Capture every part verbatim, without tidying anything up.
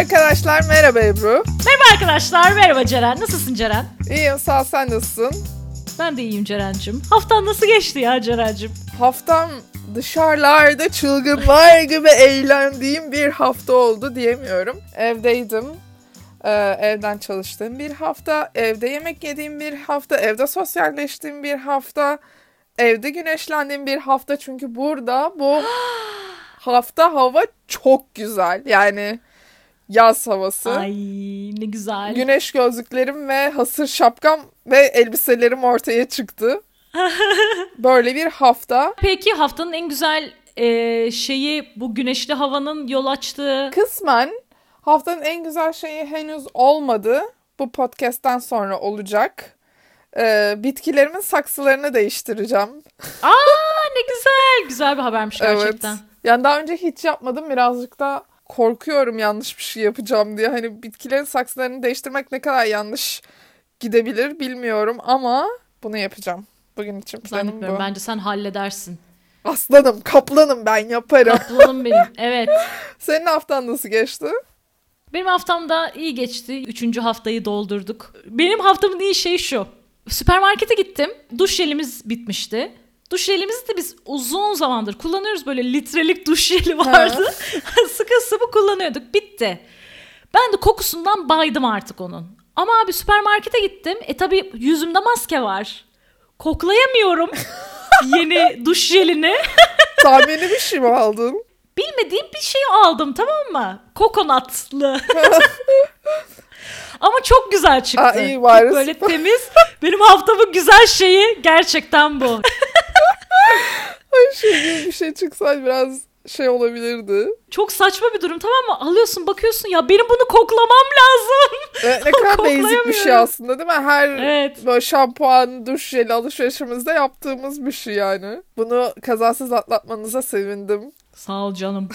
Arkadaşlar merhaba Ebru. Merhaba arkadaşlar, merhaba Ceren. Nasılsın Ceren? İyiyim, sağ ol, sen nasılsın? Ben de iyiyim Ceren'cim. Haftan nasıl geçti ya Ceren'cim? Haftam dışarılarda çılgınlar gibi eğlendiğim bir hafta oldu diyemiyorum. Evdeydim. Ee, evden çalıştığım bir hafta, evde yemek yediğim bir hafta, evde sosyalleştiğim bir hafta, evde güneşlendiğim bir hafta. Çünkü burada bu hafta hava çok güzel. Yani yaz havası. Ay ne güzel. Güneş gözlüklerim ve hasır şapkam ve elbiselerim ortaya çıktı. Böyle bir hafta. Peki haftanın en güzel e, şeyi bu güneşli havanın yol açtığı... Kısmen haftanın en güzel şeyi henüz olmadı. Bu podcast'ten sonra olacak. Ee, bitkilerimin saksılarını değiştireceğim. Aa ne güzel. Güzel bir habermiş gerçekten. Evet. Yani daha önce hiç yapmadım. Birazcık da korkuyorum yanlış bir şey yapacağım diye. Hani bitkilerin saksılarını değiştirmek ne kadar yanlış gidebilir bilmiyorum ama bunu yapacağım. Bugün için planım bu. Bence sen halledersin. Aslanım, kaplanım, ben yaparım. Kaplanım benim, evet. Senin haftan nasıl geçti? Benim haftam da iyi geçti. Üçüncü haftayı doldurduk. Benim haftamın iyi şeyi şu. Süpermarkete gittim. Duş jelimiz bitmişti. Duş jelimizi de biz uzun zamandır kullanıyoruz. Böyle litrelik duş jeli vardı. Sıkı sıvı kullanıyorduk. Bitti. Ben de kokusundan baydım artık onun. Ama abi süpermarkete gittim. E tabii yüzümde maske var. Koklayamıyorum yeni duş jelini. Tahmini bir şey mi aldın? Bilmediğim bir şey aldım, tamam mı? Kokonatlı. Ama çok güzel çıktı. Aa, iyi bari. Böyle temiz. Benim haftamın güzel şeyi gerçekten bu. Ay şey gibi bir şey çıksa biraz şey olabilirdi. Çok saçma bir durum, tamam mı? Alıyorsun, bakıyorsun, ya benim bunu koklamam lazım. Evet, ne kadar basic bir şey aslında değil mi? Her evet. böyle şampuan, duş jeli alışverişimizde yaptığımız bir şey yani. Bunu kazasız atlatmanıza sevindim. Sağ ol canım.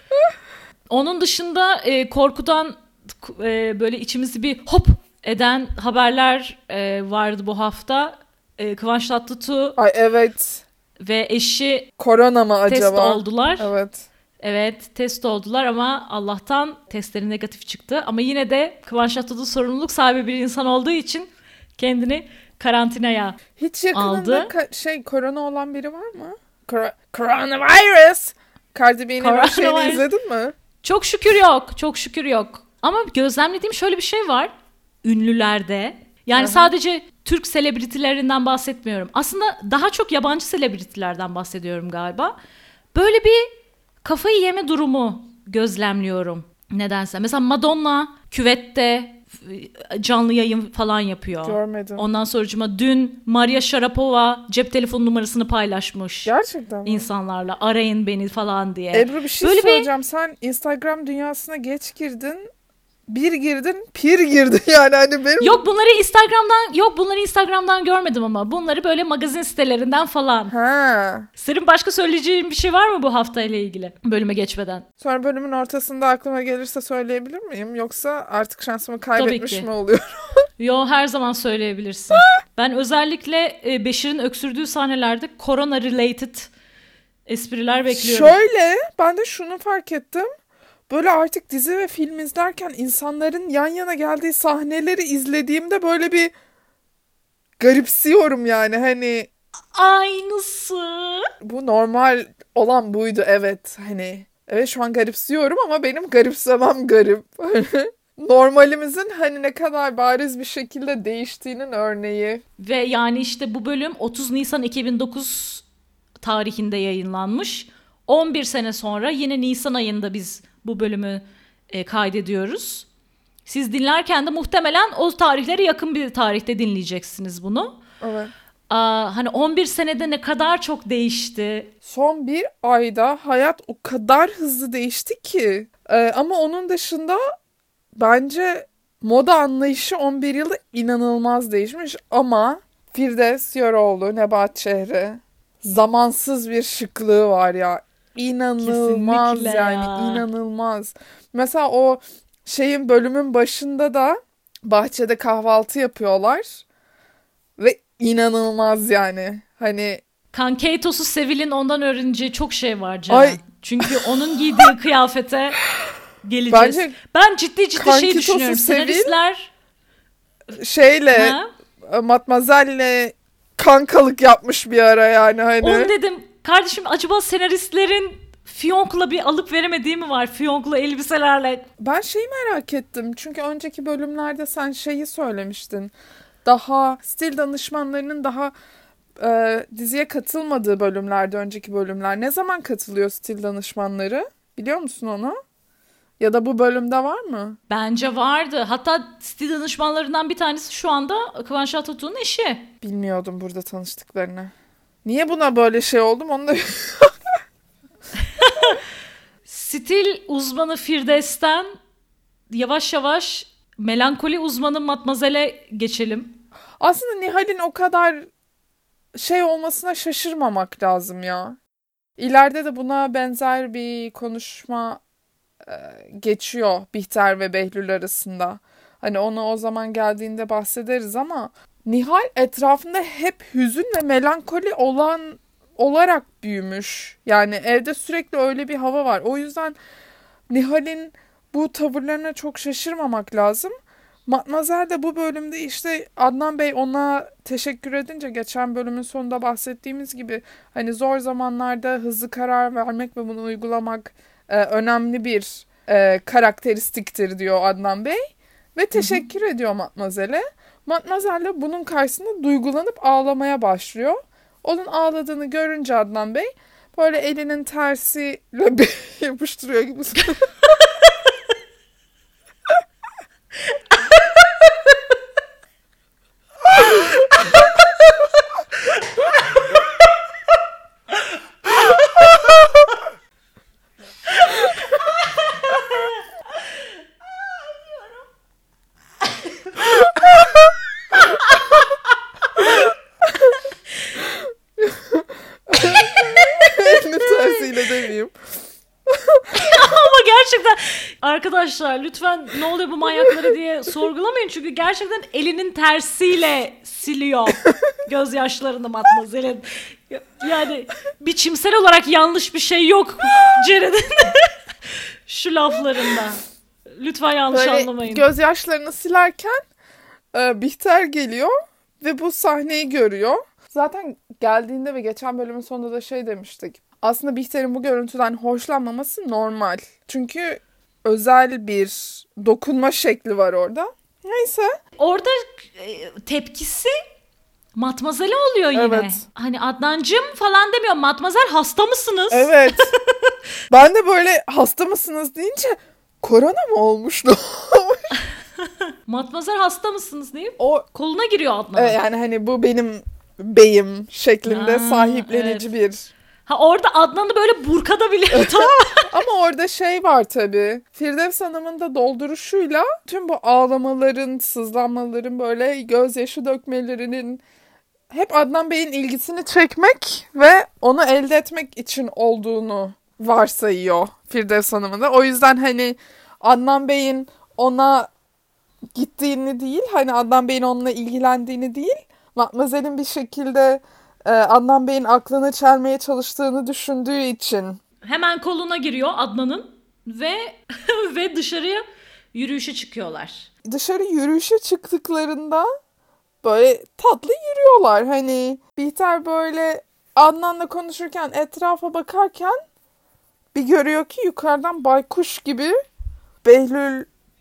Onun dışında e, korkudan e, böyle içimizi bir hop eden haberler e, vardı bu hafta. E, Kıvanç Tatlıtuğ Ay evet. ve eşi korona mı acaba? test oldular. Evet. Evet, test oldular ama Allah'tan testleri negatif çıktı. Ama yine de Kıvanç Tatlıtuğ sorumluluk sahibi bir insan olduğu için kendini karantinaya Hiç yakınında aldı. Ka- şey korona olan biri var mı? Kor- Coronavirus. Cardi B'nin o şeyini izledin mi? Çok şükür yok. Çok şükür yok. Ama gözlemlediğim şöyle bir şey var. Ünlülerde. Yani Aha. sadece Türk selebritilerinden bahsetmiyorum. Aslında daha çok yabancı selebritilerden bahsediyorum galiba. Böyle bir kafayı yeme durumu gözlemliyorum nedense. Mesela Madonna küvette canlı yayın falan yapıyor. Görmedim. Ondan sonracığıma dün Maria Sharapova cep telefon numarasını paylaşmış. Gerçekten mi? İnsanlarla arayın beni falan diye. Ebru bir şey Böyle soracağım. Bir... Sen Instagram dünyasına geç girdin. Bir girdin, pir girdin yani hani benim... Yok bunları Instagram'dan, yok bunları Instagram'dan görmedim ama bunları böyle magazin sitelerinden falan. Ha. Senin başka söyleyeceğin bir şey var mı bu haftayla ilgili bölüme geçmeden? Sonra bölümün ortasında aklıma gelirse söyleyebilir miyim? Yoksa artık şansımı kaybetmiş mi oluyorum? Yo her zaman söyleyebilirsin. Ben özellikle e, Beşir'in öksürdüğü sahnelerde corona related espriler bekliyorum. Şöyle ben de şunu fark ettim. Böyle artık dizi ve film izlerken insanların yan yana geldiği sahneleri izlediğimde böyle bir garipsiyorum yani hani. Aynısı. Bu normal olan buydu evet hani. Evet şu an garipsiyorum ama benim garipsemem garip. Normalimizin hani ne kadar bariz bir şekilde değiştiğinin örneği. Ve yani işte bu bölüm otuz Nisan iki bin dokuz tarihinde yayınlanmış. on bir sene sonra yine Nisan ayında biz bu bölümü e, kaydediyoruz. Siz dinlerken de muhtemelen o tarihlere yakın bir tarihte dinleyeceksiniz bunu. Evet. Aa, hani on bir senede ne kadar çok değişti. Son bir ayda hayat o kadar hızlı değişti ki. Ee, ama onun dışında bence moda anlayışı on bir yılda inanılmaz değişmiş. Ama Firdevs Yöroğlu, Nebahat Çehre zamansız bir şıklığı var ya. İnanılmaz Kesinlikle yani ya. inanılmaz. Mesela o şeyin bölümün başında da bahçede kahvaltı yapıyorlar ve inanılmaz yani hani. Kankeytos'u Sevil'in ondan öğreneceği çok şey var Ceren. Ay. Çünkü onun giydiği kıyafete geleceğiz. Bence ben ciddi ciddi şey Kankitosu düşünüyorum. Sevil, Senaristler şeyle ha? Matmazel'le kankalık yapmış bir ara yani hani. Onu dedim. Kardeşim acaba senaristlerin fiyonkla bir alıp veremediği mi var? Fiyonklu elbiselerle. Ben şeyi merak ettim. Çünkü önceki bölümlerde sen şeyi söylemiştin. Daha stil danışmanlarının daha e, diziye katılmadığı bölümlerde, önceki bölümler. Ne zaman katılıyor stil danışmanları? Biliyor musun onu? Ya da bu bölümde var mı? Bence vardı. Hatta stil danışmanlarından bir tanesi şu anda Kıvanç Tatlıtuğ'un eşi. Bilmiyordum burada tanıştıklarını. Niye buna böyle şey oldum onu da... Stil uzmanı Firdevs'ten yavaş yavaş melankoli uzmanı Matmazel'e geçelim. Aslında Nihal'in o kadar şey olmasına şaşırmamak lazım ya. İleride de buna benzer bir konuşma e, geçiyor Bihter ve Behlül arasında. Hani onu o zaman geldiğinde bahsederiz ama Nihal etrafında hep hüzün ve melankoli olan olarak büyümüş. Yani evde sürekli öyle bir hava var. O yüzden Nihal'in bu tavırlarına çok şaşırmamak lazım. Matmazel de bu bölümde işte Adnan Bey ona teşekkür edince geçen bölümün sonunda bahsettiğimiz gibi hani zor zamanlarda hızlı karar vermek ve bunu uygulamak e, önemli bir e, karakteristiktir diyor Adnan Bey. Ve teşekkür hı hı. ediyor Matmazel'e. Matmazel de bunun karşısında duygulanıp ağlamaya başlıyor. Onun ağladığını görünce Adnan Bey böyle elinin tersiyle bir yapıştırıyor gibi. Tersiyle demeyeyim. Ama gerçekten arkadaşlar lütfen ne oluyor bu manyakları diye sorgulamayın. Çünkü gerçekten elinin tersiyle siliyor gözyaşlarını Matmazel'in. Yani biçimsel olarak yanlış bir şey yok Ceren'in şu laflarında. Lütfen yanlış böyle anlamayın. Gözyaşlarını silerken e, Bihter geliyor ve bu sahneyi görüyor. Zaten geldiğinde ve geçen bölümün sonunda da şey demiştik. Aslında Bihter'in bu görüntüden hoşlanmaması normal. Çünkü özel bir dokunma şekli var orada. Neyse. Orada e, tepkisi Matmazel'e oluyor yine. Evet. Hani Adnancım falan demiyor. Matmazel hasta mısınız? Evet. Ben de böyle hasta mısınız deyince korona mı olmuş? Ne olmuş? Matmazel hasta mısınız deyip O koluna giriyor Adnan. e, yani hani bu benim beyim şeklinde Ha, sahiplenici evet. bir. Ha orada Adnan'ı böyle burkada bile tamam. Ama orada şey var tabii. Firdevs Hanım'ın da dolduruşuyla tüm bu ağlamaların, sızlanmaların, böyle gözyaşı dökmelerinin hep Adnan Bey'in ilgisini çekmek ve onu elde etmek için olduğunu varsayıyor Firdevs Hanım'ın da. O yüzden hani Adnan Bey'in ona gittiğini değil, hani Adnan Bey'in onunla ilgilendiğini değil, Matmazel'in bir şekilde e, Adnan Bey'in aklını çelmeye çalıştığını düşündüğü için. Hemen koluna giriyor Adnan'ın ve ve dışarıya yürüyüşe çıkıyorlar. Dışarı yürüyüşe çıktıklarında böyle tatlı yürüyorlar. Hani Bihter böyle Adnan'la konuşurken etrafa bakarken bir görüyor ki yukarıdan baykuş gibi Behlül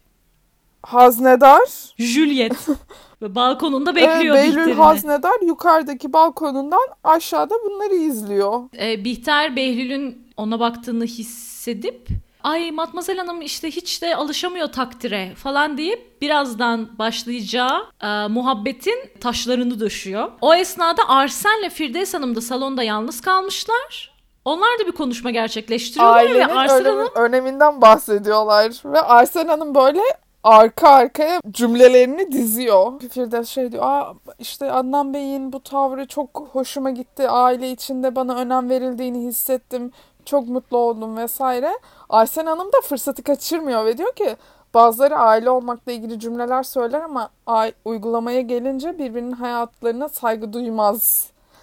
Haznedar Juliet ve balkonunda bekliyor evet, Behlül Bihter'ini. Haznedar yukarıdaki balkonundan aşağıda bunları izliyor. Ee, Bihter Behlül'ün ona baktığını hissedip ay Matmazel Hanım işte hiç de alışamıyor takdire falan deyip birazdan başlayacağı e, muhabbetin taşlarını döşüyor. O esnada Arsen'le Firdevs Hanım da salonda yalnız kalmışlar. Onlar da bir konuşma gerçekleştiriyorlar Ailenin ve Arsen önemi, Hanım öneminden bahsediyorlar. Ve Arsen Hanım böyle arka arkaya cümlelerini diziyor. Firdevs şey diyor, aa işte Adnan Bey'in bu tavrı çok hoşuma gitti. Aile içinde bana önem verildiğini hissettim. Çok mutlu oldum vesaire. Arsen Hanım da fırsatı kaçırmıyor ve diyor ki bazıları aile olmakla ilgili cümleler söyler ama uygulamaya gelince birbirinin hayatlarına saygı duymaz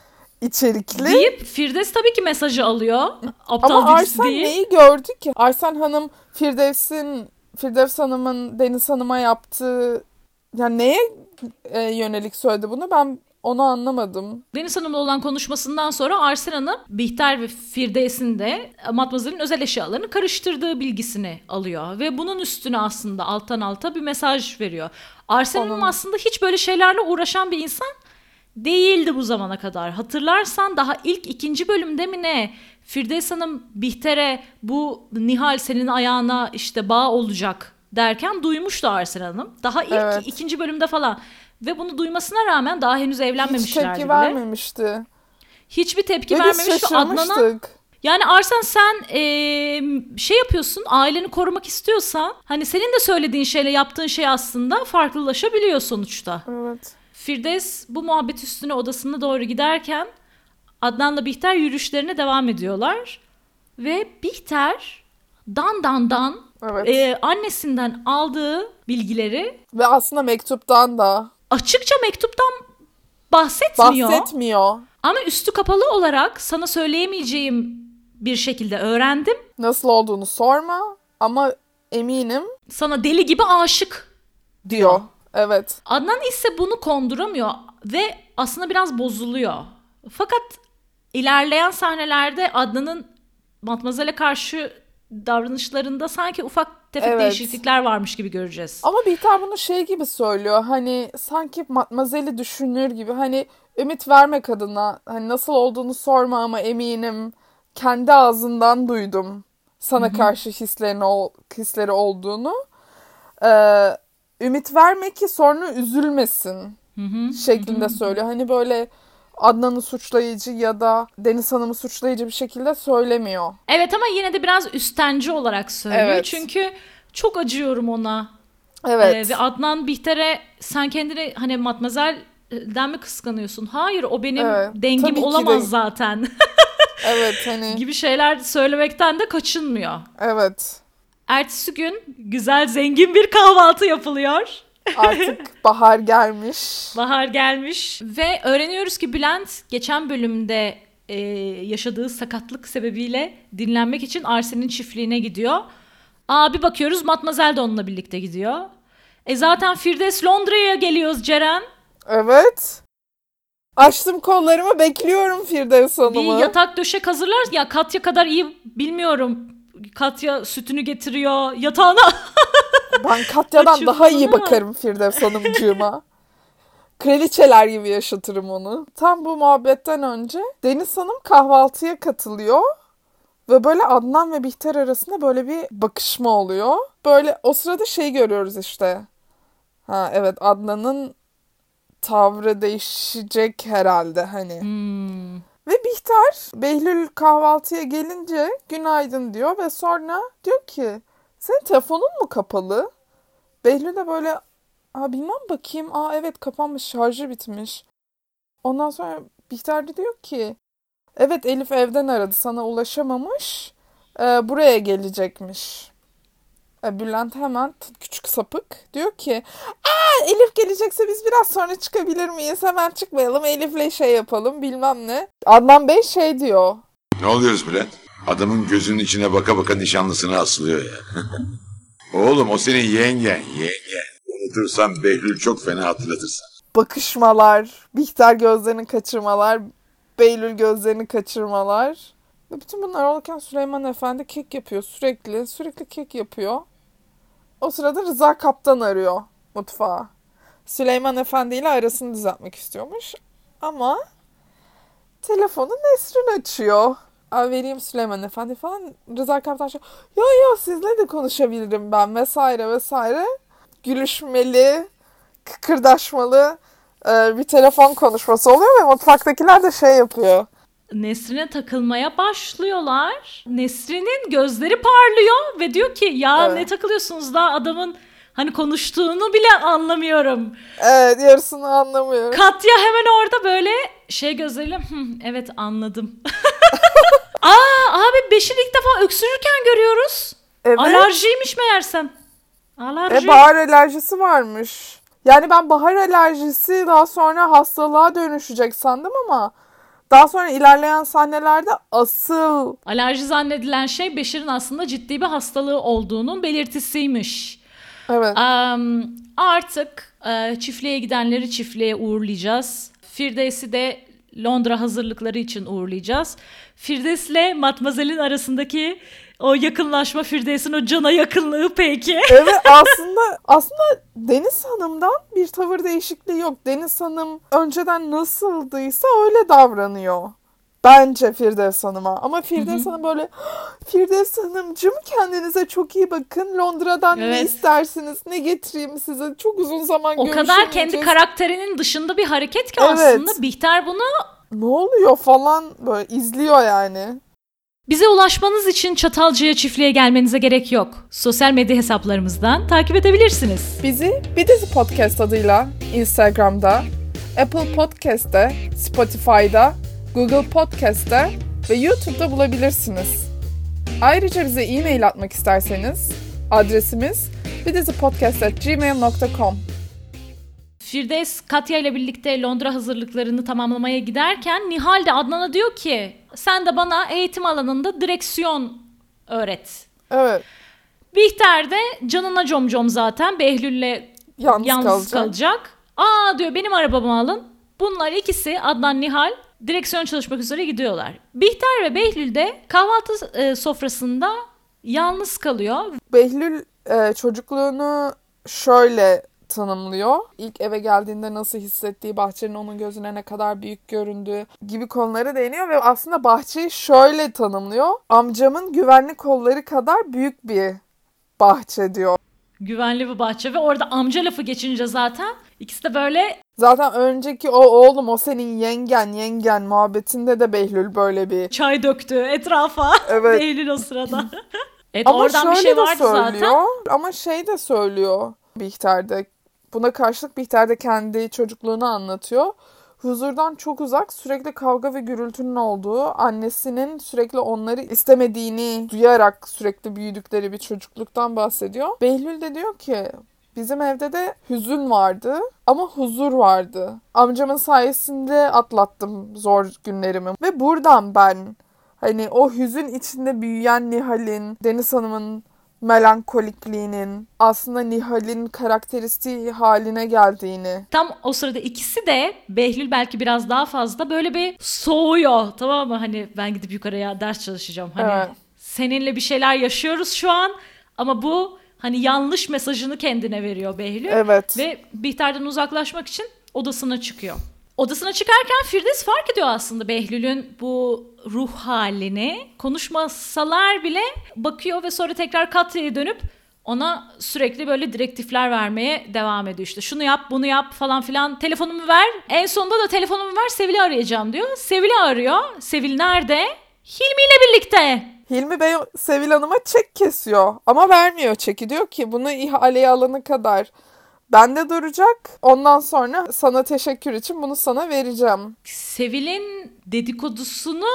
içerikli. Deyip Firdevs tabii ki mesajı alıyor. Aptal Ama birisi Arsen değil. neyi gördü ki? Arsen Hanım Firdevs'in Firdevs Hanım'ın Deniz Hanım'a yaptığı, yani neye e, yönelik söyledi bunu, ben onu anlamadım. Deniz Hanım'la olan konuşmasından sonra Arsen Hanım, Bihter ve Firdevs'in de Matmazel'in özel eşyalarını karıştırdığı bilgisini alıyor. Ve bunun üstüne aslında alttan alta bir mesaj veriyor. Arsen Onun... Hanım aslında hiç böyle şeylerle uğraşan bir insan değildi bu zamana kadar. Hatırlarsan daha ilk ikinci bölümde mi ne? Firdevs Hanım Bihter'e bu Nihal senin ayağına işte bağ olacak derken duymuştu Arsen Hanım. Daha ilk evet. ikinci bölümde falan. Ve bunu duymasına rağmen daha henüz evlenmemişlerdi Hiç tepki bile. vermemişti. Hiçbir tepki ve vermemiş ve Adnan'a... Yani Arsen sen ee, şey yapıyorsun, aileni korumak istiyorsan hani senin de söylediğin şeyle yaptığın şey aslında farklılaşabiliyor sonuçta. Evet. Firdevs bu muhabbet üstüne odasına doğru giderken Adnan'la Bihter yürüyüşlerine devam ediyorlar. Ve Bihter dan dan dan evet. e, annesinden aldığı bilgileri ve aslında mektuptan da açıkça mektuptan bahsetmiyor. Bahsetmiyor. Ama üstü kapalı olarak sana söyleyemeyeceğim bir şekilde öğrendim. Nasıl olduğunu sorma ama eminim. Sana deli gibi aşık diyor. diyor. Evet. Adnan ise bunu konduramıyor ve aslında biraz bozuluyor. Fakat ilerleyen sahnelerde Adnan'ın Matmazel'e karşı davranışlarında sanki ufak tefek evet. değişiklikler varmış gibi göreceğiz. Ama Bihter bunu şey gibi söylüyor. Hani sanki Matmazel'i düşünür gibi. Hani ümit verme kadına. Hani nasıl olduğunu sorma ama eminim kendi ağzından duydum sana Hı-hı. karşı hislerini hisleri olduğunu. Ee, ümit verme ki sonra üzülmesin Hı-hı. şeklinde Hı-hı. söylüyor. Hani böyle Adnan'ı suçlayıcı ya da Deniz Hanım'ı suçlayıcı bir şekilde söylemiyor. Evet ama yine de biraz üstenci olarak söylüyor. Evet. Çünkü çok acıyorum ona. Evet. Ee, ve Adnan Bihter'e sen kendini hani Matmazel'den mi kıskanıyorsun? Hayır, o benim evet. dengim Tabii olamaz de... zaten. evet hani. Gibi şeyler söylemekten de kaçınmıyor. Evet. Ertesi gün güzel zengin bir kahvaltı yapılıyor. Artık bahar gelmiş. Bahar gelmiş ve öğreniyoruz ki Bülent geçen bölümde e, yaşadığı sakatlık sebebiyle dinlenmek için Arsen'in çiftliğine gidiyor. Aa bir bakıyoruz Matmazel de onunla birlikte gidiyor. E zaten Firdevs Londra'ya geliyoruz Ceren. Evet. Açtım kollarımı bekliyorum Firdevs Hanım'ı. Bir yatak döşek hazırlar ya Katya kadar iyi bilmiyorum. Katya sütünü getiriyor yatağına. Ben Katya'dan daha iyi bakarım Firdevs Hanımcığıma. Kraliçeler gibi yaşatırım onu. Tam bu muhabbetten önce Deniz Hanım kahvaltıya katılıyor. Ve böyle Adnan ve Bihter arasında böyle bir bakışma oluyor. Böyle o sırada şey görüyoruz işte. Ha evet Adnan'ın tavrı değişecek herhalde hani. Hmm. Ve Bihter Behlül kahvaltıya gelince günaydın diyor ve sonra diyor ki senin telefonun mu kapalı? Behlül de böyle aa bilmem bakayım. Aa evet kapanmış, şarjı bitmiş. Ondan sonra Bihter de diyor ki evet Elif evden aradı, sana ulaşamamış. Ee, buraya gelecekmiş. Ee, Bülent hemen küçük sapık diyor ki aa Elif gelecekse biz biraz sonra çıkabilir miyiz? Hemen çıkmayalım, Elif'le şey yapalım bilmem ne. Adnan Bey şey diyor. Ne oluyoruz Bülent? Adamın gözünün içine baka baka nişanlısına asılıyor ya. Oğlum o senin yengen, yengen. Unutursan Behlül çok fena hatırlatırsın. Bakışmalar, Bihter gözlerini kaçırmalar, Behlül gözlerini kaçırmalar. Ve bütün bunlar olurken Süleyman Efendi kek yapıyor sürekli. Sürekli kek yapıyor. O sırada Rıza Kaptan arıyor mutfağa. Süleyman Efendi ile arasını düzeltmek istiyormuş. Ama telefonu Nesrin açıyor. Aa, vereyim Süleyman Efendi falan. Rıza Kaptan şey, yo yo sizle de konuşabilirim ben vesaire vesaire. Gülüşmeli, kıkırdaşmalı e, bir telefon konuşması oluyor ve mutfaktakiler de şey yapıyor. Nesrin'e takılmaya başlıyorlar. Nesrin'in gözleri parlıyor ve diyor ki ya evet. ne takılıyorsunuz da adamın hani konuştuğunu bile anlamıyorum. Evet yarısını anlamıyorum. Katya hemen orada böyle şey gözleriyle evet anladım. Aa abi Beşir ilk defa öksürürken görüyoruz. Evet. Alerjiymiş meğersem. Alerji. E bahar alerjisi varmış. Yani ben bahar alerjisi daha sonra hastalığa dönüşecek sandım ama Daha sonra ilerleyen sahnelerde asıl... Alerji zannedilen şey Beşir'in aslında ciddi bir hastalığı olduğunun belirtisiymiş. Evet. Um, artık e, çiftliğe gidenleri çiftliğe uğurlayacağız. Firdevs'i de Londra hazırlıkları için uğurlayacağız. Firdevs'le Matmazel'in arasındaki o yakınlaşma, Firdevs'in o cana yakınlığı peki. Evet, aslında aslında Deniz Hanım'dan bir tavır değişikliği yok. Deniz Hanım önceden nasıldıysa öyle davranıyor. Bence Firdevs Hanım'a. Ama Firdevs Hanım böyle, Firdevs Hanımcığım kendinize çok iyi bakın. Londra'dan Evet. ne istersiniz? Ne getireyim size? Çok uzun zaman O görüşemeyeceğiz. kadar kendi karakterinin dışında bir hareket ki Evet. aslında Bihter bunu... Ne oluyor falan böyle izliyor yani. Bize ulaşmanız için Çatalca'ya çiftliğe gelmenize gerek yok. Sosyal medya hesaplarımızdan takip edebilirsiniz. Bizi Bir Dizi Podcast adıyla Instagram'da, Apple Podcast'te, Spotify'da, Google Podcast'te ve YouTube'da bulabilirsiniz. Ayrıca bize e-mail atmak isterseniz adresimiz bidizipodcast at gmail nokta com. Firdevs Katya ile birlikte Londra hazırlıklarını tamamlamaya giderken Nihal de Adnan'a diyor ki sen de bana eğitim alanında direksiyon öğret. Evet. Bihter de canına comcom zaten Behlül'le Yalnız, yalnız kalacak. kalacak. Aa diyor benim arabamı alın. Bunlar ikisi Adnan Nihal direksiyon çalışmak üzere gidiyorlar. Bihter ve Behlül de kahvaltı e, sofrasında yalnız kalıyor. Behlül e, çocukluğunu şöyle tanımlıyor. İlk eve geldiğinde nasıl hissettiği, bahçenin onun gözüne ne kadar büyük göründüğü gibi konulara değiniyor ve aslında bahçeyi şöyle tanımlıyor. Amcamın güvenli kolları kadar büyük bir bahçe diyor. Güvenli bir bahçe ve orada amca lafı geçince zaten ikisi de böyle Zaten önceki o oğlum o senin yengen yengen muhabbetinde de Behlül böyle bir... çay döktü etrafa. Evet. Behlül o sırada. Evet, Ama oradan bir şöyle şey de vardı söylüyor. zaten. Ama şey de söylüyor Bihter'de. Buna karşılık Bihter de kendi çocukluğunu anlatıyor. Huzurdan çok uzak, sürekli kavga ve gürültünün olduğu, annesinin sürekli onları istemediğini duyarak sürekli büyüdükleri bir çocukluktan bahsediyor. Behlül de diyor ki bizim evde de hüzün vardı ama huzur vardı. Amcamın sayesinde atlattım zor günlerimi. Ve buradan ben hani o hüzün içinde büyüyen Nihal'in, Deniz Hanım'ın melankolikliğinin aslında Nihal'in karakteristiği haline geldiğini. Tam o sırada ikisi de Behlül belki biraz daha fazla böyle bir soğuyor, tamam mı? Hani ben gidip yukarıya ders çalışacağım. Hani Evet. seninle bir şeyler yaşıyoruz şu an ama bu hani yanlış mesajını kendine veriyor Behlül. Evet. Ve Bihter'den uzaklaşmak için odasına çıkıyor. Odasına çıkarken Firdevs fark ediyor aslında Behlül'ün bu ruh halini. Konuşmasalar bile bakıyor ve sonra tekrar Katya'ya dönüp ona sürekli böyle direktifler vermeye devam ediyor. İşte şunu yap, bunu yap falan filan. Telefonumu ver. En sonunda da telefonumu ver, Sevil'i arayacağım diyor. Sevil'i arıyor. Sevil nerede? Hilmi ile birlikte. Hilmi Bey Sevil Hanım'a çek kesiyor ama vermiyor çeki. Diyor ki bunu ihaleye alana kadar bende duracak. Ondan sonra sana teşekkür için bunu sana vereceğim. Sevil'in dedikodusunu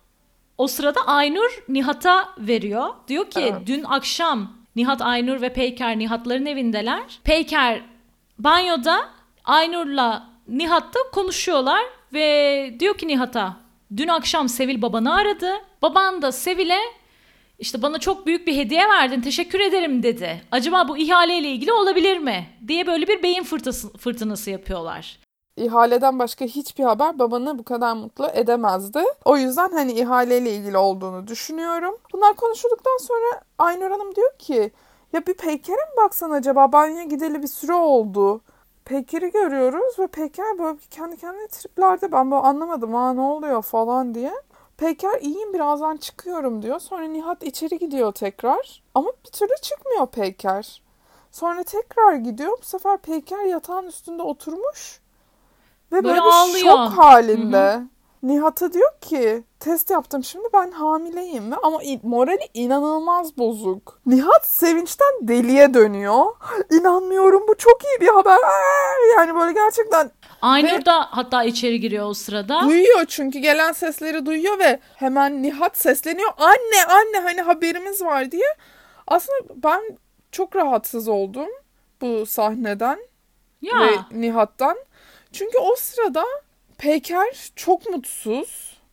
o sırada Aynur Nihat'a veriyor. Diyor ki Evet. dün akşam Nihat, Aynur ve Peyker Nihat'ların evindeler. Peyker banyoda, Aynur'la Nihat da konuşuyorlar ve diyor ki Nihat'a dün akşam Sevil babanı aradı. Baban da Sevil'e işte bana çok büyük bir hediye verdin, teşekkür ederim dedi. Acaba bu ihaleyle ilgili olabilir mi? Diye böyle bir beyin fırtınası, fırtınası yapıyorlar. İhaleden başka hiçbir haber babanı bu kadar mutlu edemezdi. O yüzden hani ihaleyle ilgili olduğunu düşünüyorum. Bunlar konuşulduktan sonra Aynur Hanım diyor ki ya bir Peyker'e mi baksan acaba? Banyoya gideli bir süre oldu. Peyker'i görüyoruz ve Peyker böyle kendi kendine triplerde. Ben böyle anlamadım ha ne oluyor falan diye. Peyker iyiyim birazdan çıkıyorum diyor. Sonra Nihat içeri gidiyor tekrar. Ama bir türlü çıkmıyor Peyker. Sonra tekrar gidiyor. Bu sefer Peyker yatağın üstünde oturmuş. Ve Böyle böyle, bir ağlıyor. şok halinde. Nihat'a diyor ki test yaptım şimdi ben hamileyim mi? Ama in- morali inanılmaz bozuk. Nihat sevinçten deliye dönüyor. İnanmıyorum bu çok iyi bir haber. Aa! Yani böyle gerçekten Aynur Ve- da hatta içeri giriyor o sırada. duyuyor çünkü gelen sesleri duyuyor ve hemen Nihat sesleniyor. Anne anne hani haberimiz var diye. Aslında ben çok rahatsız oldum bu sahneden Ya ve Nihat'tan. Çünkü o sırada Peyker çok mutsuz.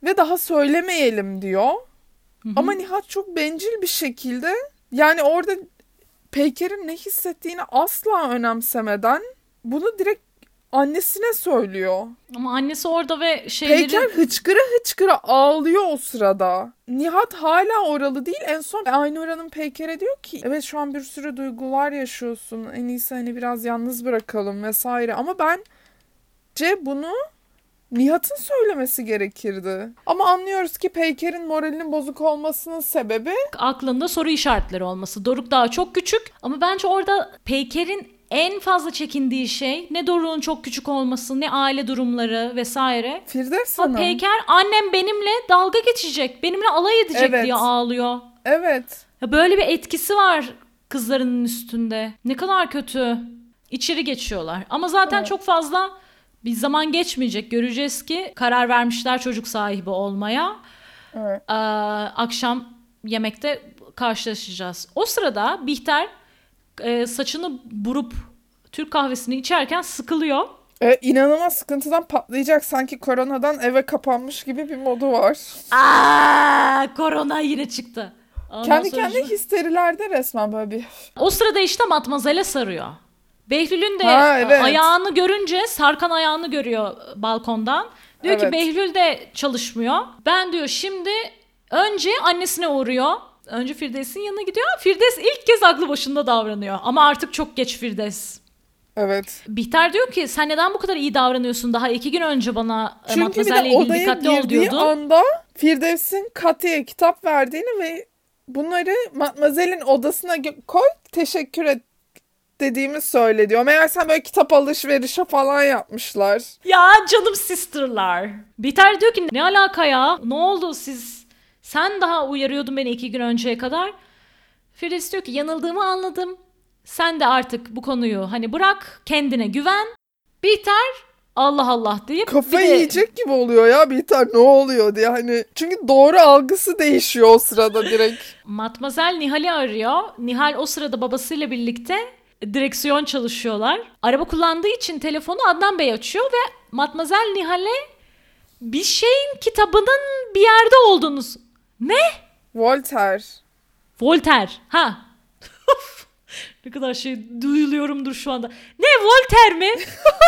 ve daha söylemeyelim diyor. Hı hı. Ama Nihat çok bencil bir şekilde yani orada Peyker'in ne hissettiğini asla önemsemeden bunu direkt annesine söylüyor. Ama annesi orada ve şeyleri... Peyker hıçkıra hıçkıra ağlıyor o sırada. Nihat hala oralı değil. En son Aynur Hanım Peyker'e diyor ki evet şu an bir sürü duygular yaşıyorsun. En iyisi hani biraz yalnız bırakalım vesaire. Ama bence bunu Nihat'ın söylemesi gerekirdi. Ama anlıyoruz ki Peyker'in moralinin bozuk olmasının sebebi Aklında soru işaretleri olması. Doruk daha çok küçük ama bence orada Peyker'in en fazla çekindiği şey ne Doruk'un çok küçük olması, ne aile durumları vesaire. Firdevs Ha, Hanım. Peyker annem benimle dalga geçecek, benimle alay edecek Evet. diye ağlıyor. Evet. Ya böyle bir etkisi var kızlarının üstünde. Ne kadar kötü. İçeri geçiyorlar. Ama zaten Evet. çok fazla bir zaman geçmeyecek. Göreceğiz ki karar vermişler çocuk sahibi olmaya. Evet. Ee, akşam yemekte karşılaşacağız. O sırada Bihter e, saçını burup Türk kahvesini içerken sıkılıyor. Ee, inanılmaz sıkıntıdan patlayacak sanki koronadan eve kapanmış gibi bir modu var. Aa, korona yine çıktı. Ondan Kendi sonra- kendine histerilerde resmen böyle bir... O sırada işte Matmazel'e sarıyor. Behlül'ün de Ha, evet. ayağını görünce Sarkan ayağını görüyor balkondan. Diyor ki Evet. Behlül de çalışmıyor. Ben diyor şimdi önce annesine uğruyor. Önce Firdevs'in yanına gidiyor. Firdevs ilk kez aklı başında davranıyor. Ama artık çok geç Firdevs. Evet. Bihter diyor ki sen neden bu kadar iyi davranıyorsun? Daha iki gün önce bana e, Çünkü bir Matmazel'le de ilgili odaya dikkatli ol girdiği diyordun. anda Firdevs'in Katya'ya kitap verdiğini ve bunları Matmazel'in odasına gö- koy teşekkür et dediğimi söyle diyor. Meğersem böyle kitap alışverişi falan yapmışlar. Ya canım sisterlar. Bihter diyor ki ne alaka ya? Ne oldu siz? Sen daha uyarıyordun beni iki gün önceye kadar. Firdevs diyor ki yanıldığımı anladım. Sen de artık bu konuyu hani bırak, kendine güven. Bihter Allah Allah deyip Kafayı bir de- yiyecek gibi oluyor ya Bihter ne oluyor diye hani. Çünkü doğru algısı değişiyor o sırada direkt. Matmazel Nihal'i arıyor. Nihal o sırada babasıyla birlikte direksiyon çalışıyorlar. Araba kullandığı için telefonu Adnan Bey açıyor ve Matmazel Nihal'e bir şeyin kitabının bir yerde olduğunuz. Ne? Voltaire. Voltaire. Ha. Ne kadar şey duyuluyorumdur şu anda. Ne Voltaire mi?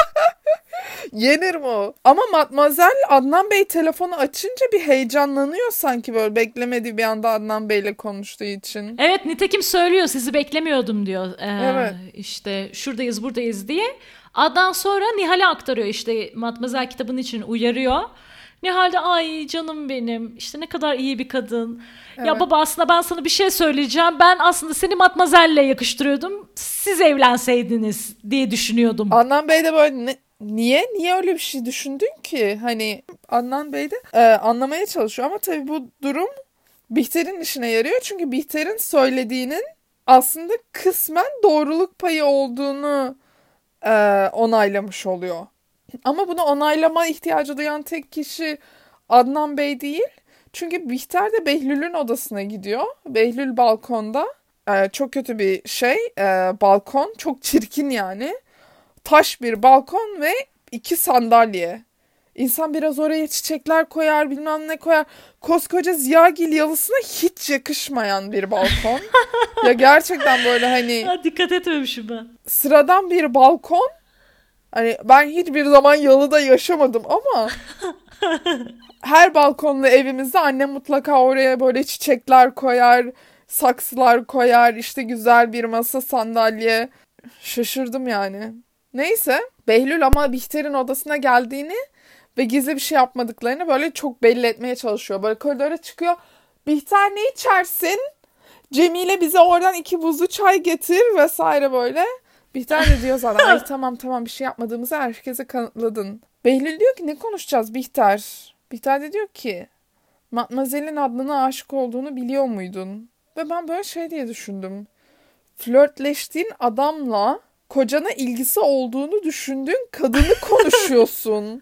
Yenir mi o? Ama Matmazel Adnan Bey telefonu açınca bir heyecanlanıyor sanki böyle beklemediği bir anda Adnan Bey'le konuştuğu için. Evet nitekim söylüyor sizi beklemiyordum diyor. Ee, Evet. İşte şuradayız buradayız diye. Adnan sonra Nihal'e aktarıyor işte Matmazel kitabın için uyarıyor. Nihal de ay canım benim işte ne kadar iyi bir kadın. Ya Evet. baba aslında ben sana bir şey söyleyeceğim. Ben aslında seni Matmazel'le yakıştırıyordum. Siz evlenseydiniz diye düşünüyordum. Adnan Bey de böyle ne- niye? Niye öyle bir şey düşündün ki? Hani Adnan Bey de e, anlamaya çalışıyor ama tabii bu durum Bihter'in işine yarıyor. Çünkü Bihter'in söylediğinin aslında kısmen doğruluk payı olduğunu e, onaylamış oluyor. Ama bunu onaylama ihtiyacı duyan tek kişi Adnan Bey değil. Çünkü Bihter de Behlül'ün odasına gidiyor. Behlül balkonda. E, çok kötü bir şey. E, balkon. Çok çirkin yani. Taş bir balkon ve iki sandalye. İnsan biraz oraya çiçekler koyar, bilmem ne koyar. Koskoca Ziyagil yalısına hiç yakışmayan bir balkon. Ya gerçekten böyle hani Ha, dikkat etmemişim ben. sıradan bir balkon. Hani ben hiçbir zaman yalıda yaşamadım ama her balkonlu evimizde annem mutlaka oraya böyle çiçekler koyar, saksılar koyar, işte güzel bir masa, sandalye. Şaşırdım yani. Neyse, Behlül ama Bihter'in odasına geldiğini ve gizli bir şey yapmadıklarını böyle çok belli etmeye çalışıyor. Böyle koridora çıkıyor. Bihter ne içersin? Cemile bize oradan iki buzlu çay getir vesaire böyle. Bihter de diyor zaten ay tamam tamam bir şey yapmadığımızı herkese kanıtladın. Behlül diyor ki ne konuşacağız Bihter? Bihter de diyor ki Matmazel'in Adnan'a aşık olduğunu biliyor muydun? Ve ben böyle şey diye düşündüm. Flörtleştiğin adamla kocana ilgisi olduğunu düşündüğün kadını konuşuyorsun.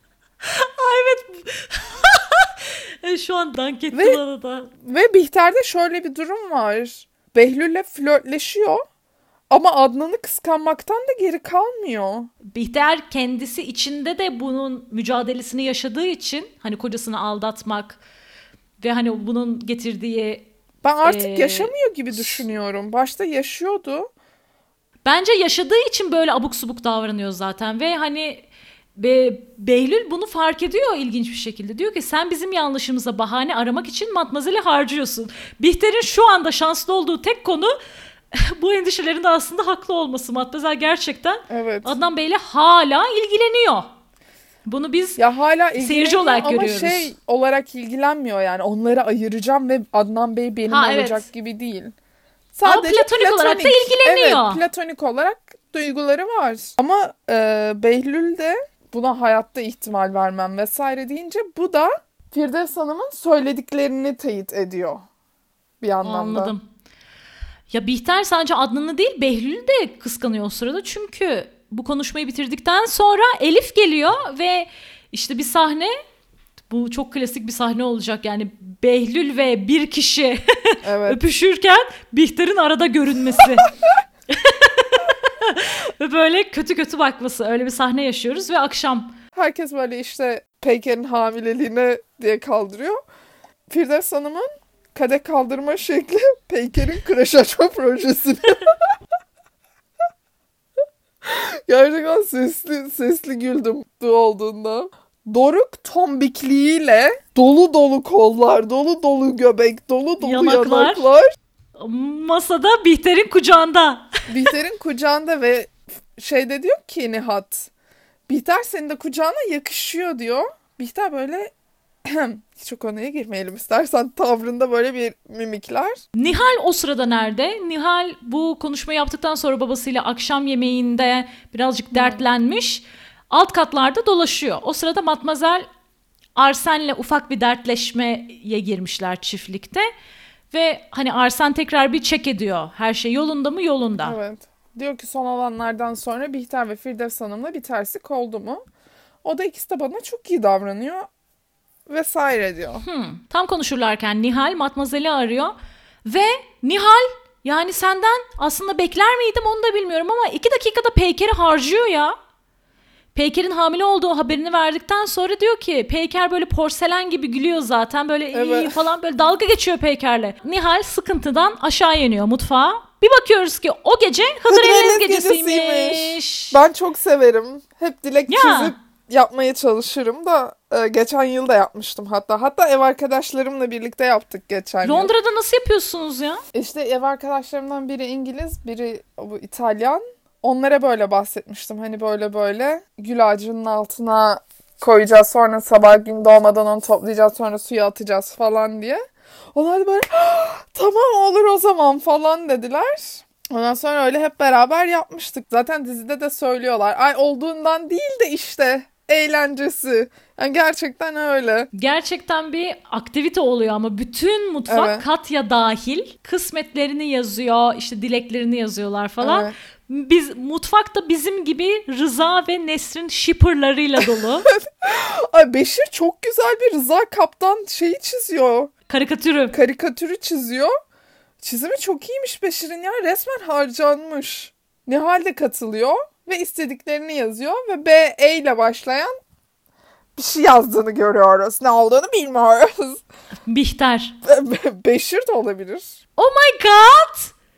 E, şu an dank etti Ve- bana da. Ve Bihter'de şöyle bir durum var. Behlül'le flörtleşiyor. Ama Adnan'ı kıskanmaktan da geri kalmıyor. Bihter kendisi içinde de bunun mücadelesini yaşadığı için hani kocasını aldatmak ve hani bunun getirdiği Ben artık Ee, yaşamıyor gibi düşünüyorum. Başta yaşıyordu. bence yaşadığı için böyle abuk subuk davranıyor zaten ve hani Be- Behlül bunu fark ediyor ilginç bir şekilde. Diyor ki sen bizim yanlışımıza bahane aramak için Matmazel'i harcıyorsun. Bihter'in şu anda şanslı olduğu tek konu bu endişelerinde aslında haklı olması. Matmazel gerçekten Evet. Adnan Bey'le hala ilgileniyor. Bunu biz Ya hala seyirci ilgileniyor olarak ama görüyoruz. şey olarak ilgilenmiyor yani. Onları ayıracağım ve Adnan Bey benim Ha, olacak evet. gibi değil. Ama platonik olarak da ilgileniyor. Evet, platonik olarak duyguları var. Ama e, Behlül de buna hayatta ihtimal vermem vesaire deyince bu da Firdevs Hanım'ın söylediklerini teyit ediyor bir anlamda. Anladım. Ya Bihter sadece Adnan'ı değil Behlül'ü de kıskanıyor o sırada. Çünkü bu konuşmayı bitirdikten sonra Elif geliyor ve işte bir sahne, bu çok klasik bir sahne olacak. Yani Behlül ve bir kişi Evet. öpüşürken Bihter'in arada görünmesi. Ve böyle kötü kötü bakması. Öyle bir sahne yaşıyoruz ve akşam. Herkes böyle işte Peyker'in hamileliğine diye kaldırıyor. Firdevs Hanım'ın kadeh kaldırma şekli Peyker'in kreş açma projesini. Gerçekten sesli sesli güldüm bu olduğunda. Doruk tombikliğiyle dolu dolu kollar, dolu dolu göbek, dolu dolu Yanaklar. yanaklar. Masada Bihter'in kucağında. Bihter'in kucağında ve şeyde diyor ki Nihat, Bihter senin de kucağına yakışıyor diyor. Bihter böyle hiç o konuya girmeyelim istersen tavrında böyle bir mimikler. Nihal o sırada nerede? Nihal bu konuşmayı yaptıktan sonra babasıyla akşam yemeğinde birazcık dertlenmiş. Alt katlarda dolaşıyor. O sırada Matmazel Arsen'le ufak bir dertleşmeye girmişler çiftlikte. Ve hani Arsen tekrar bir check ediyor. Her şey yolunda mı? Yolunda. Evet. Diyor ki son olanlardan sonra Bihter ve Firdevs Hanım'la bir terslik oldu mu? O da ikisi de bana çok iyi davranıyor vesaire diyor. Hmm. Tam konuşurlarken Nihal Matmazel'i arıyor. Ve Nihal yani senden aslında bekler miydim onu da bilmiyorum ama iki dakikada Peyker'i harcıyor ya. Peyker'in hamile olduğu haberini verdikten sonra diyor ki Peyker böyle porselen gibi gülüyor zaten böyle iyi Evet. falan böyle dalga geçiyor Peyker'le. Nihal sıkıntıdan aşağı iniyor mutfağa. Bir bakıyoruz ki o gece Hıdrellez gecesiymiş. gecesiymiş. Ben çok severim. Hep dilek Ya. çizip yapmaya çalışırım da e, geçen yıl da yapmıştım hatta. Hatta ev arkadaşlarımla birlikte yaptık geçen yıl. Londra'da nasıl yapıyorsunuz ya? İşte ev arkadaşlarımdan biri İngiliz, biri bu İtalyan. Onlara böyle bahsetmiştim. Hani böyle böyle gül ağacının altına koyacağız. Sonra sabah gün doğmadan onu toplayacağız. Sonra suya atacağız falan diye. Onlar da böyle tamam olur o zaman falan dediler. Ondan sonra öyle hep beraber yapmıştık. Zaten dizide de söylüyorlar. Ay olduğundan değil de işte eğlencesi. Yani gerçekten öyle. Gerçekten bir aktivite oluyor ama bütün mutfak Evet. Katya dahil kısmetlerini yazıyor, işte dileklerini yazıyorlar falan. Evet. Biz mutfakta bizim gibi Rıza ve Nesrin shipperlarıyla dolu. Ay Beşir çok güzel bir Rıza Kaptan şeyi çiziyor. Karikatürü. Karikatürü çiziyor. Çizimi çok iyiymiş Beşir'in ya. Resmen harcanmış. Nihal de katılıyor ve istediklerini yazıyor ve B E ile başlayan bir şey yazdığını görüyoruz. Ne olduğunu bilmiyoruz. Bihter. Beşir de olabilir. Oh my god!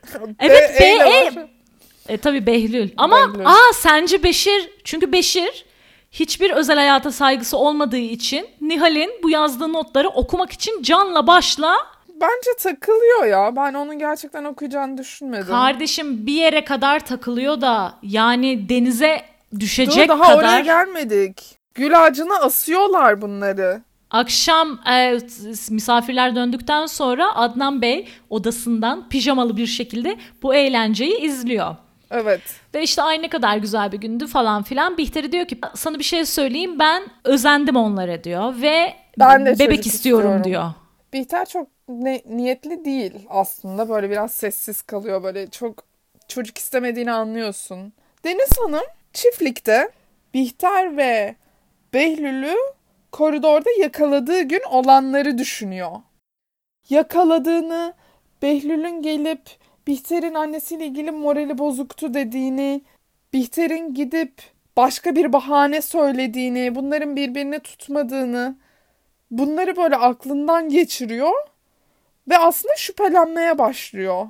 Evet, B E ile B E. başlayan- E tabii Behlül. Ama Behlül. aa sence Beşir, çünkü Beşir hiçbir özel hayata saygısı olmadığı için Nihal'in bu yazdığı notları okumak için canla başla Bence takılıyor ya. Ben onun gerçekten okuyacağını düşünmedim. kardeşim bir yere kadar takılıyor da yani denize düşecek Dur daha kadar. oraya gelmedik. Gül ağacına asıyorlar bunları. Akşam e, misafirler döndükten sonra Adnan Bey odasından pijamalı bir şekilde bu eğlenceyi izliyor. Evet. Ve işte ay ne kadar güzel bir gündü falan filan. Bihter'i diyor ki sana bir şey söyleyeyim, ben özendim onlara diyor ve Ben de bebek çocuk istiyorum, istiyorum. diyor. Bihter çok ne- niyetli değil aslında. Böyle biraz sessiz kalıyor. Böyle çok çocuk istemediğini anlıyorsun. Deniz Hanım çiftlikte Bihter ve Behlül'ü koridorda yakaladığı gün olanları düşünüyor. Yakaladığını, Behlül'ün gelip Bihter'in annesiyle ilgili morali bozuktu dediğini, Bihter'in gidip başka bir bahane söylediğini, bunların birbirini tutmadığını, bunları böyle aklından geçiriyor ve aslında şüphelenmeye başlıyor.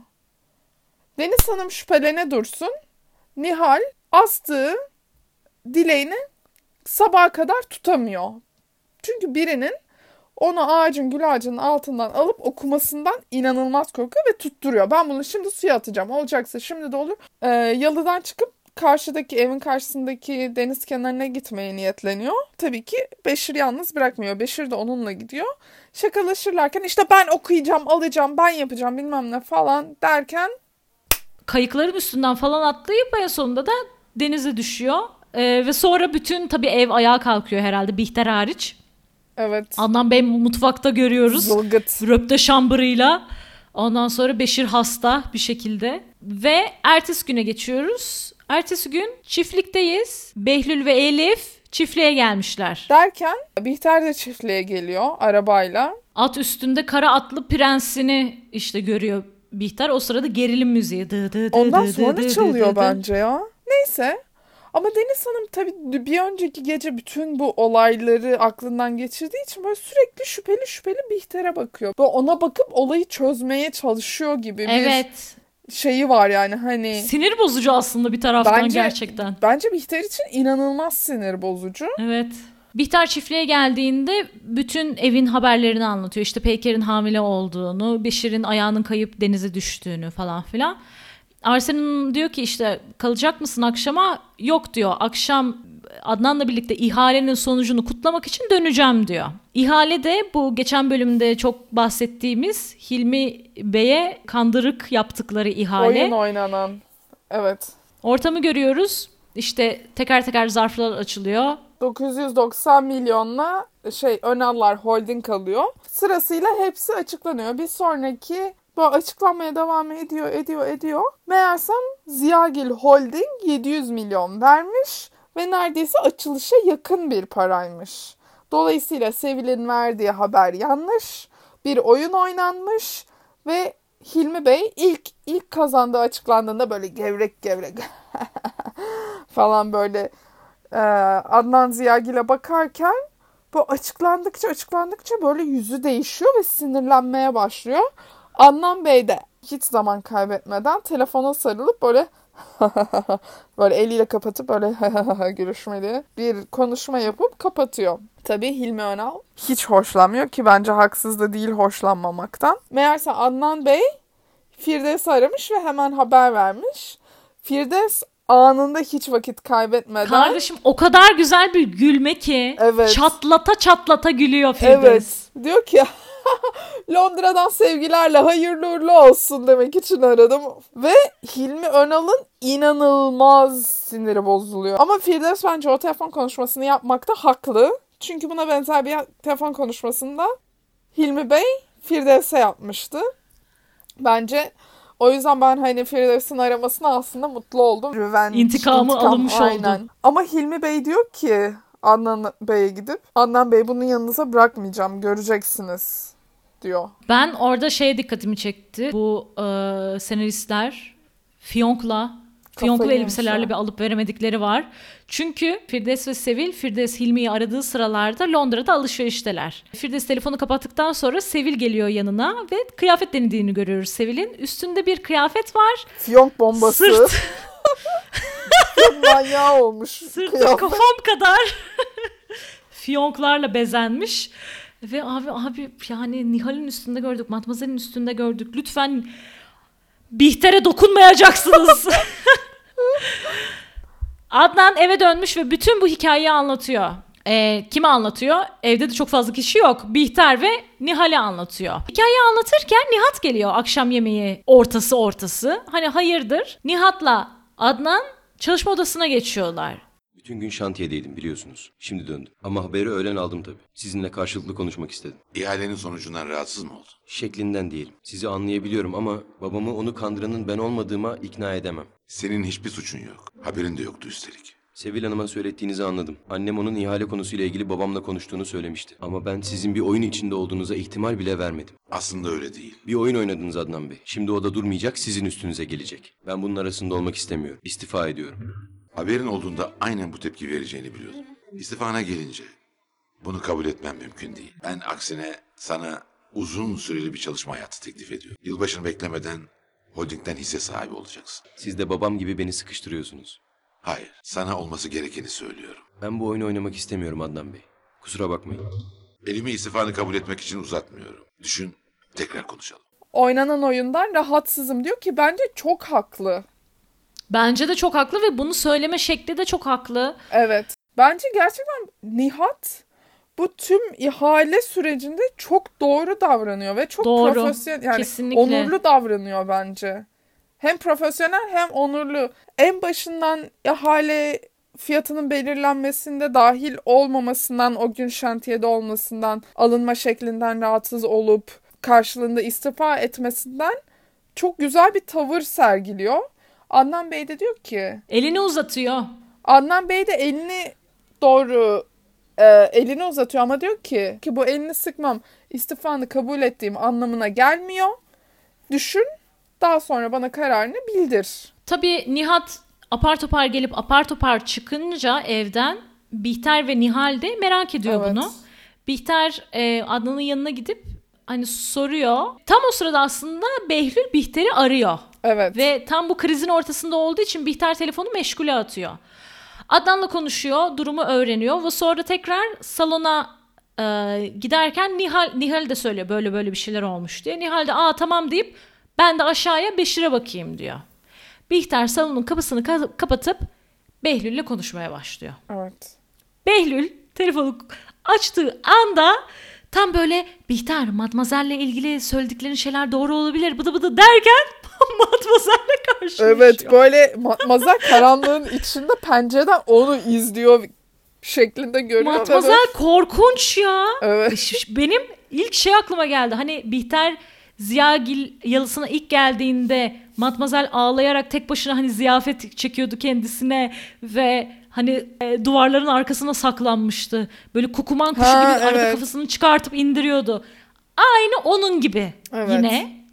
Deniz Hanım şüphelene dursun. Nihal astığı dileğini sabaha kadar tutamıyor. Çünkü birinin onu ağacın gül ağacının altından alıp okumasından inanılmaz korkuyor ve tutturuyor. Ben bunu şimdi suya atacağım. Olacaksa şimdi de olur. Ee, yalıdan çıkıp karşıdaki evin karşısındaki deniz kenarına gitmeye niyetleniyor. Tabii ki Beşir yalnız bırakmıyor. Beşir de onunla gidiyor. Şakalaşırlarken işte ben okuyacağım, alacağım, ben yapacağım bilmem ne falan derken Kayıkların üstünden falan atlayıp en sonunda da denize düşüyor. Ee, ve sonra bütün tabii ev ayağa kalkıyor herhalde, Bihter hariç. evet. Adnan Bey mutfakta görüyoruz. Zılgıt. Röpte şambırıyla. Ondan sonra Beşir hasta bir şekilde. Ve ertesi güne geçiyoruz. Ertesi gün çiftlikteyiz. Behlül ve Elif çiftliğe gelmişler. Derken Bihter de çiftliğe geliyor arabayla. At üstünde kara atlı prensini işte görüyor Bihter. O sırada gerilim müziği. Dı dı dı Ondan dı sonra dı dı çalıyor dı dı. bence ya. Neyse. Ama Deniz Hanım tabii bir önceki gece bütün bu olayları aklından geçirdiği için böyle sürekli şüpheli şüpheli Bihter'e bakıyor. Böyle ona bakıp olayı çözmeye çalışıyor gibi Evet. bir şeyi var yani hani. Sinir bozucu aslında bir taraftan Bence- gerçekten. Bence Bihter için inanılmaz sinir bozucu. Evet. Bihter çiftliğe geldiğinde bütün evin haberlerini anlatıyor. İşte Peyker'in hamile olduğunu, Beşir'in ayağının kayıp denize düştüğünü falan filan. Arsen'in diyor ki işte kalacak mısın akşama? Yok diyor. Akşam Adnan'la birlikte ihalenin sonucunu kutlamak için döneceğim diyor. İhale de bu geçen bölümde çok bahsettiğimiz Hilmi Bey'e kandırık yaptıkları ihale. Oyun oynanan. Evet. Ortamı görüyoruz. İşte teker teker zarflar açılıyor. dokuz yüz doksan milyonla şey Önallar Holding alıyor. Sırasıyla hepsi açıklanıyor. Bir sonraki böyle açıklanmaya devam ediyor, ediyor, ediyor. Meğersem Ziyagil Holding yedi yüz milyon vermiş ve neredeyse açılışa yakın bir paraymış. Dolayısıyla Sevil'in verdiği haber yanlış. Bir oyun oynanmış ve Hilmi Bey ilk ilk kazandığı açıklandığında böyle gevrek gevrek falan böyle Ee, Adnan Ziyagil'e bakarken bu açıklandıkça açıklandıkça böyle yüzü değişiyor ve sinirlenmeye başlıyor. Adnan Bey de hiç zaman kaybetmeden telefona sarılıp böyle böyle eliyle kapatıp böyle gülüşmeli bir konuşma yapıp kapatıyor. Tabii Hilmi Önal hiç hoşlanmıyor ki bence haksız da değil hoşlanmamaktan. Meğerse Adnan Bey Firdevs'i aramış ve hemen haber vermiş. Firdevs anında hiç vakit kaybetmeden. Kardeşim o kadar güzel bir gülme ki. Evet. Çatlata çatlata gülüyor Firdevs. Evet. Diyor ki Londra'dan sevgilerle hayırlı uğurlu olsun demek için aradım. Ve Hilmi Önal'ın inanılmaz siniri bozuluyor. Ama Firdevs bence o telefon konuşmasını yapmakta haklı. Çünkü buna benzer bir telefon konuşmasında Hilmi Bey Firdevs'e yapmıştı. Bence o yüzden ben hani Firdevs'in aramasına aslında mutlu oldum. Revenge, İntikamı intikam, alınmış aynen. oldu. Ama Hilmi Bey diyor ki Adnan Bey'e gidip Adnan Bey bunu yanınıza bırakmayacağım göreceksiniz diyor. Ben orada şeye dikkatimi çekti. Bu e, senaristler Fiyonk'la Fiyonklu Kafayı elbiselerle yemişler. bir alıp veremedikleri var. Çünkü Firdevs ve Sevil, Firdevs Hilmi'yi aradığı sıralarda Londra'da alışverişteler. Firdevs telefonu kapattıktan sonra Sevil geliyor yanına ve kıyafet denediğini görüyoruz Sevil'in. Üstünde bir kıyafet var. Fiyonk bombası. Sırt, Çok manyağı olmuş. sırtı kıyafet. kafam kadar fiyonklarla bezenmiş. Ve abi abi yani Nihal'in üstünde gördük, Matmazel'in üstünde gördük. Lütfen Bihter'e dokunmayacaksınız. Adnan eve dönmüş ve bütün bu hikayeyi anlatıyor. Ee, kime anlatıyor? Evde de çok fazla kişi yok. Bihter ve Nihal'e anlatıyor. Hikayeyi anlatırken Nihat geliyor akşam yemeği ortası ortası. Hani hayırdır? Nihat'la Adnan çalışma odasına geçiyorlar. Bütün gün şantiyedeydim biliyorsunuz. Şimdi döndüm. Ama haberi öğlen aldım tabii. Sizinle karşılıklı konuşmak istedim. İhalenin sonucundan rahatsız mı oldun? Şeklinden diyelim. Sizi anlayabiliyorum ama babamı onu kandıranın ben olmadığıma ikna edemem. Senin hiçbir suçun yok. Haberin de yoktu üstelik. Sevil Hanım'a söylettiğinizi anladım. Annem onun ihale konusuyla ilgili babamla konuştuğunu söylemişti. Ama ben sizin bir oyun içinde olduğunuza ihtimal bile vermedim. Aslında öyle değil. Bir oyun oynadınız Adnan Bey. Şimdi o da durmayacak, sizin üstünüze gelecek. Ben bunun arasında olmak istemiyorum. İstifa ediyorum. Haberin olduğunda aynen bu tepki vereceğini biliyordum. İstifana gelince bunu kabul etmem mümkün değil. Ben aksine sana uzun süreli bir çalışma hayatı teklif ediyorum. Yılbaşını beklemeden holdingden hisse sahibi olacaksın. Siz de babam gibi beni sıkıştırıyorsunuz. Hayır, sana olması gerekeni söylüyorum. Ben bu oyunu oynamak istemiyorum Adnan Bey. Kusura bakmayın. Elimi istifanı kabul etmek için uzatmıyorum. Düşün, tekrar konuşalım. Oynanan oyundan rahatsızım diyor ki bence çok haklı. Bence de çok haklı ve bunu söyleme şekli de çok haklı. Evet. Bence gerçekten Nihat bu tüm ihale sürecinde çok doğru davranıyor ve çok Doğru. profesyonel, yani Kesinlikle. onurlu davranıyor bence. Hem profesyonel hem onurlu. En başından ihale fiyatının belirlenmesinde dahil olmamasından, o gün şantiyede olmasından, alınma şeklinden rahatsız olup karşılığında istifa etmesinden çok güzel bir tavır sergiliyor. Adnan Bey de diyor ki, Elini uzatıyor. Adnan Bey de elini doğru e, elini uzatıyor ama diyor ki ki bu elini sıkmam istifanı kabul ettiğim anlamına gelmiyor. Düşün, daha sonra bana kararını bildir. Tabii Nihat apar topar gelip apar topar çıkınca evden Bihter ve Nihal de merak ediyor Evet. bunu. Bihter e, Adnan'ın yanına gidip hani soruyor. Tam o sırada aslında Behlül Bihter'i arıyor. Evet. Ve tam bu krizin ortasında olduğu için Bihter telefonu meşgule atıyor. Adnan'la konuşuyor, durumu öğreniyor ve sonra tekrar salona e, giderken Nihal, Nihal de söylüyor böyle böyle bir şeyler olmuş diye. Nihal de aa tamam deyip ben de aşağıya Beşir'e bakayım diyor. Bihter salonun kapısını ka- kapatıp Behlül'le konuşmaya başlıyor. Evet. Behlül telefonu açtığı anda tam böyle Bihter, Matmazel'le ilgili söylediklerin şeyler doğru olabilir bıdı bıdı derken Matmazel'le karşılaşıyor. Evet, böyle Matmazel karanlığın içinde pencereden onu izliyor şeklinde görüyor. Matmazel korkunç ya. Evet. Ş- Benim ilk şey aklıma geldi. Hani Bihter Ziyagil yalısına ilk geldiğinde Matmazel ağlayarak tek başına hani ziyafet çekiyordu kendisine ve hani e, duvarların arkasına saklanmıştı. Böyle kukuman kuşu Ha, gibi arada evet. kafasını çıkartıp indiriyordu. Aynı onun gibi Evet. yine.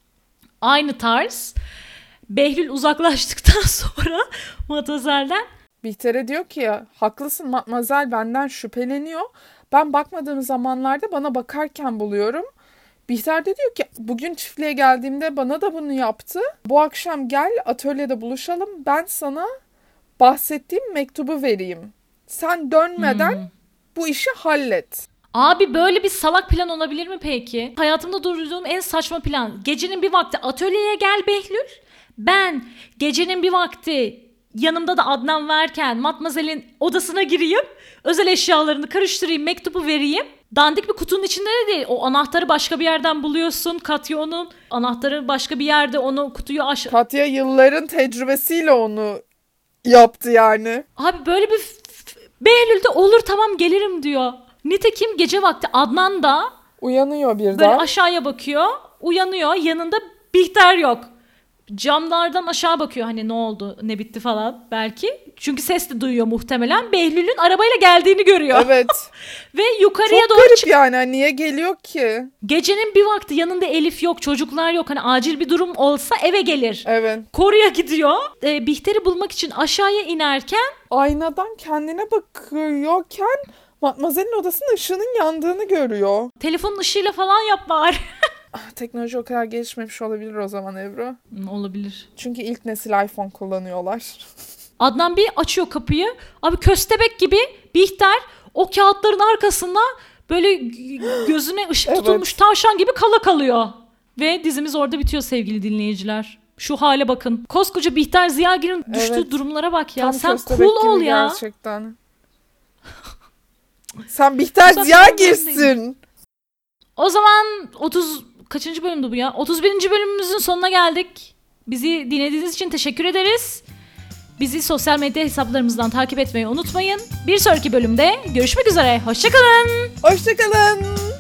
Aynı tarz. Behlül uzaklaştıktan sonra Matmazel'den Bihter'e diyor ki haklısın Matmazel benden şüpheleniyor. Ben bakmadığım zamanlarda bana bakarken buluyorum. Bihter de diyor ki bugün çiftliğe geldiğimde bana da bunu yaptı. Bu akşam gel atölyede buluşalım. Ben sana bahsettiğim mektubu vereyim. Sen dönmeden Hmm. bu işi hallet. Abi böyle bir salak plan olabilir mi peki? Hayatımda duyduğum en saçma plan. Gecenin bir vakti atölyeye gel Behlül. Ben gecenin bir vakti yanımda da Adnan varken Matmazel'in odasına gireyim. Özel eşyalarını karıştırayım, mektubu vereyim. Dandik bir kutunun içinde de değil. O anahtarı başka bir yerden buluyorsun. Katya onun anahtarı başka bir yerde, onu kutuyu aş... Katya yılların tecrübesiyle onu yaptı yani. Abi böyle bir f- f- Behlül de olur tamam gelirim diyor. Nitekim gece vakti Adnan da Uyanıyor birden. böyle aşağıya bakıyor. Uyanıyor. Yanında Bihter yok. Camlardan aşağı bakıyor hani ne oldu ne bitti falan belki. Çünkü ses de duyuyor muhtemelen. Behlül'ün arabayla geldiğini görüyor. Evet. Ve yukarıya Çok doğru garip çık. yani. Hani niye geliyor ki? Gecenin bir vakti yanında Elif yok, çocuklar yok. Hani acil bir durum olsa eve gelir. Evet. Koruya gidiyor. Ee, Bihter'i bulmak için aşağıya inerken Aynadan kendine bakıyorken Matmazel'in odasının ışığının yandığını görüyor. telefonun ışığıyla falan yap bari. Ah, teknoloji o kadar gelişmemiş olabilir o zaman Ebru. Olabilir. Çünkü ilk nesil iPhone kullanıyorlar. Adnan bir açıyor kapıyı. Abi köstebek gibi Bihter o kağıtların arkasında böyle g- gözüne ışık Evet. tutulmuş tavşan gibi kala kalıyor. Ve dizimiz orada bitiyor sevgili dinleyiciler. Şu hale bakın. Koskoca Bihter Ziyagil'in düştüğü Evet. durumlara bak ya. Tam Sen köstebek cool ol gibi ya. Gerçekten. Sen Bihter Uzak Ziya olmak girsin. O zaman otuz kaçıncı bölümdü bu ya? otuz birinci bölümümüzün sonuna geldik. Bizi dinlediğiniz için teşekkür ederiz. Bizi sosyal medya hesaplarımızdan takip etmeyi unutmayın. Bir sonraki bölümde görüşmek üzere. Hoşça kalın. Hoşçakalın.